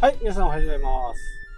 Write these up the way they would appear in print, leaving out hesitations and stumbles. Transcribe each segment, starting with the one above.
はい、皆さんおはようございます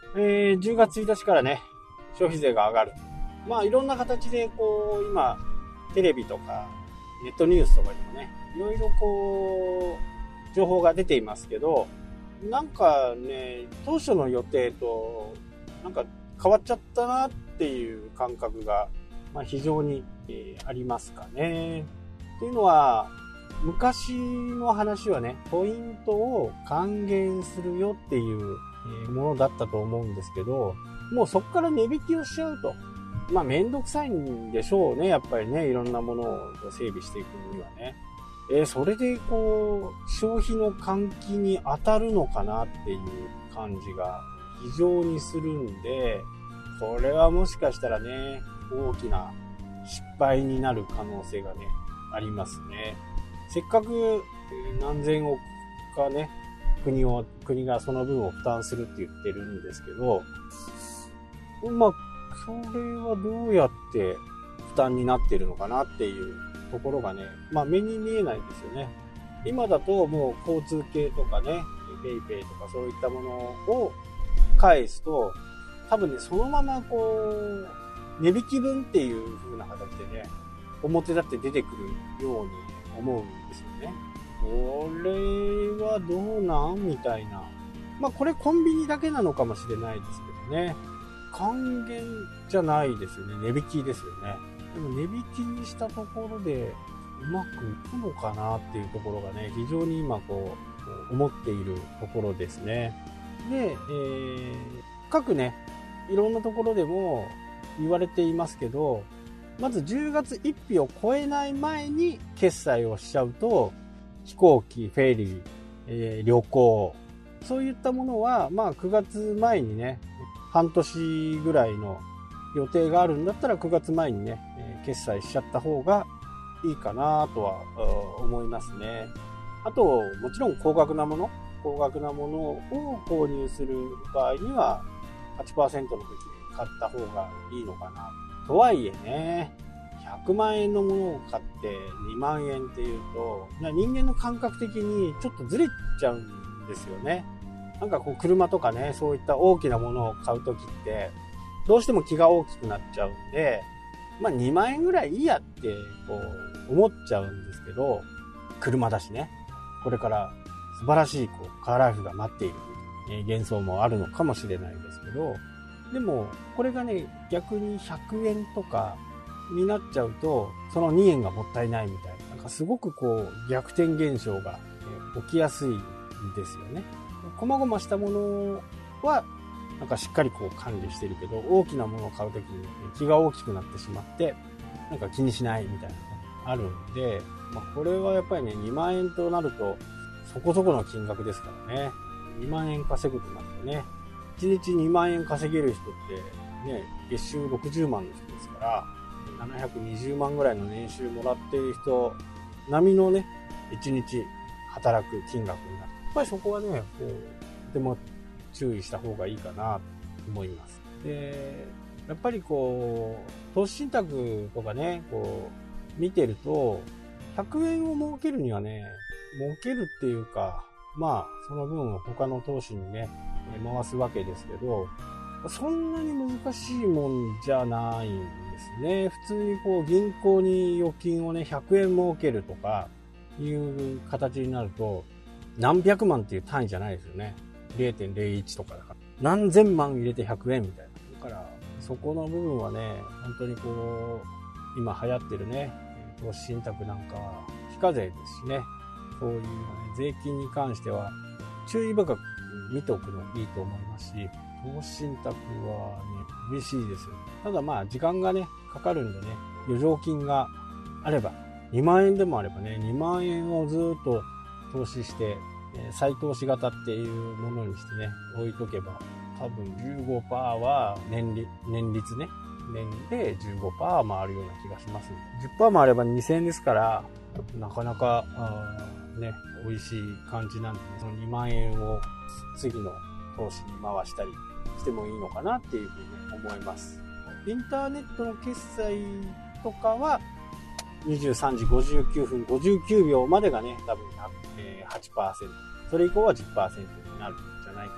。10月1日からね、消費税が上がる。まあいろんな形で今、テレビとかネットニュースとかにもね、いろいろ情報が出ていますけど、なんかね、当初の予定となんか変わっちゃったなっていう感覚が、非常に、ありますかね。っていうのは、昔の話はね、ポイントを還元するよっていうものだったと思うんですけど、もうそこから値引きをしちゃうと。めんどくさいんでしょうね、やっぱりね、いろんなものを整備していくにはね。それで消費の喚起に当たるのかなっていう感じが非常にするんで、これはもしかしたらね、大きな失敗になる可能性がね、ありますね。せっかく何千億かね、国がその分を負担するって言ってるんですけど、それはどうやって負担になってるのかなっていうところがね、目に見えないんですよね。今だともう交通系とかね、ペイペイとかそういったものを返すと、多分ね、そのまま値引き分っていう風な形でね、表立って出てくるように思うんですよね。これはどうなんみたいな。これコンビニだけなのかもしれないですけどね。還元じゃないですよね。値引きですよね。でも値引きにしたところでうまくいくのかなっていうところがね、非常に今思っているところですね。で、各ね、いろんなところでも言われていますけど、まず10月1日を超えない前に決済をしちゃうと、飛行機、フェリー、旅行、そういったものは、9月前にね、半年ぐらいの予定があるんだったら9月前にね、決済しちゃった方がいいかなとは思いますね。あと、もちろん高額なものを購入する場合には 8% の時に買った方がいいのかな。とはいえね、100万円のものを買って2万円っていうと、人間の感覚的にちょっとずれちゃうんですよね。なんか車とかね、そういった大きなものを買うときって、どうしても気が大きくなっちゃうんで、2万円ぐらいいいやって思っちゃうんですけど、車だしね、これから素晴らしいカーライフが待っている幻想もあるのかもしれないですけど、でもこれがね、逆に100円とかになっちゃうと、その2円がもったいないみたいな、なんかすごく逆転現象が起きやすいんですよね。細々したものはなんかしっかり管理してるけど、大きなものを買うときに気が大きくなってしまってなんか気にしないみたいなのがあるんで、これはやっぱりね、2万円となるとそこそこの金額ですからね。2万円稼ぐとなるとね、1日2万円稼げる人ってね、月収60万の人ですから、720万ぐらいの年収もらっている人並みのね、1日働く金額になる。やっぱりそこはね、とても注意した方がいいかなと思います。で、やっぱり投資信託とかね、見てると、100円を儲けるにはね、儲けるっていうか、その分他の投資にね、回すわけですけど、そんなに難しいもんじゃないんですね。普通に銀行に預金をね、100円儲けるとかいう形になると、何百万っていう単位じゃないですよね。0.01 とかだから。何千万入れて100円みたいな。だから、そこの部分はね、本当に今流行ってるね、投資信託なんかは非課税ですしね。そういう、税金に関しては注意深く見ておくのいいと思いますし、投資信託はね、嬉しいですよ。ただ時間がね、かかるんでね、余剰金があれば、2万円でもあればね、2万円をずっと投資して、再投資型っていうものにしてね、置いとけば、多分 15% は年率ね、年で 15% 回るような気がしますので、10% もあれば2000円ですから、なかなかね、美味しい感じなんで、ね、その2万円を次の投資に回したりしてもいいのかなっていうふうに思います。インターネットの決済とかは23時59分59秒までがね、多分 8%。それ以降は 10% になるんじゃないかなと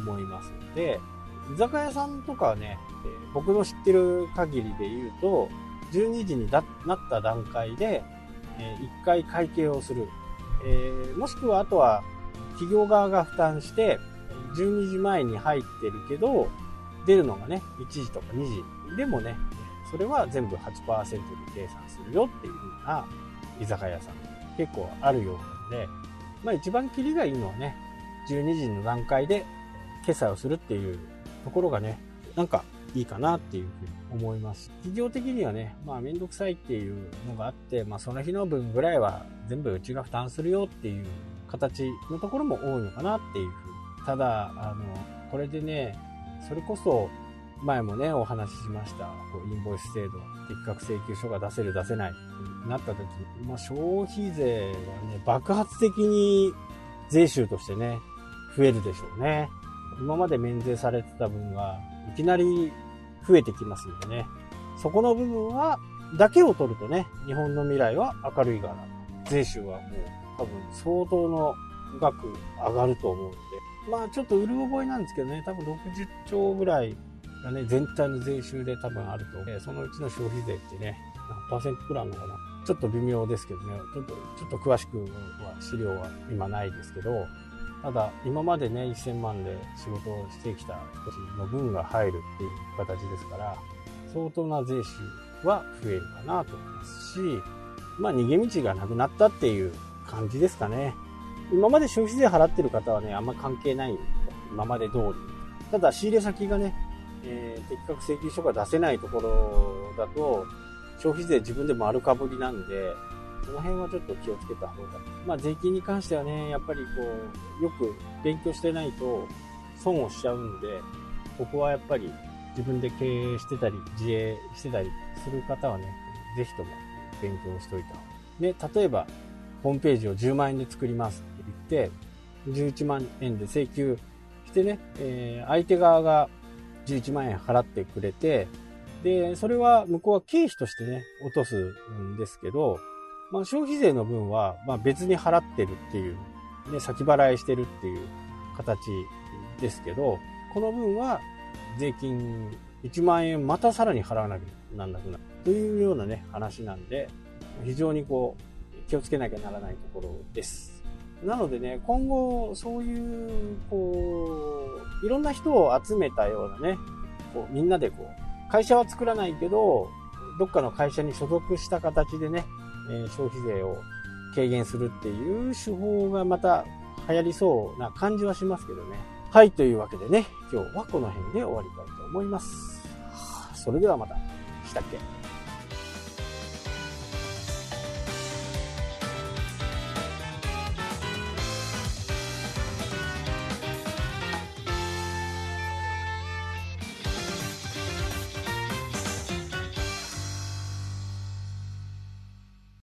思いますので、居酒屋さんとかはね、僕の知ってる限りで言うと、12時になった段階で、1回会計をする。もしくはあとは企業側が負担して、12時前に入ってるけど、出るのがね、1時とか2時でもね、それは全部 8% で計算するよっていう風な居酒屋さん結構あるようなので、まあ一番キリがいいのはね、12時の段階で決済をするっていうところがね、なんかいいかなっていうふうに思います。企業的にはね、まあめんどくさいっていうのがあって、まあその日の分ぐらいは全部うちが負担するよっていう形のところも多いのかなっていうふうに。ただ、これでね、それこそ前もね、お話ししました、インボイス制度、適格請求書が出せる出せないになった時に、まあ消費税はね、爆発的に税収としてね、増えるでしょうね。今まで免税されてた分がいきなり増えてきますのでね、そこの部分だけを取るとね、日本の未来は明るいから、税収はもう多分相当の額上がると思うので、まあちょっとうる覚えなんですけどね、多分60兆ぐらいがね、全体の税収で多分あると、そのうちの消費税ってね、何%くらいあるのかな、ちょっと微妙ですけどね、ちょっと詳しくは資料は今ないですけど、ただ今までね1000万で仕事をしてきた人の分が入るっていう形ですから、相当な税収は増えるかなと思いますし、まあ逃げ道がなくなったっていう感じですかね。今まで消費税払ってる方はね、あんま関係ないんですよ、今まで通り。ただ仕入れ先がね、適格請求書が出せないところだと消費税自分で丸かぶりなんで、その辺はちょっと気をつけた方が。まあ税金に関してはね、やっぱりよく勉強してないと損をしちゃうんで、ここはやっぱり自分で経営してたり、自営してたりする方はね、ぜひとも勉強しておいた方が。で、例えば、ホームページを10万円で作りますって言って、11万円で請求してね、相手側が11万円払ってくれて、で、それは向こうは経費としてね、落とすんですけど、まあ、消費税の分は、まあ、別に払ってるっていう、ね、先払いしてるっていう形ですけど、この分は税金1万円またさらに払わなきゃなんなくなるというようなね、話なんで、非常に気をつけなきゃならないところです。なのでね、今後そういういろんな人を集めたようなね、みんなで会社は作らないけど、どっかの会社に所属した形でね、消費税を軽減するっていう手法がまた流行りそうな感じはしますけどね。はい、というわけでね、今日はこの辺で終わりたいと思います。それではまた。したっけ？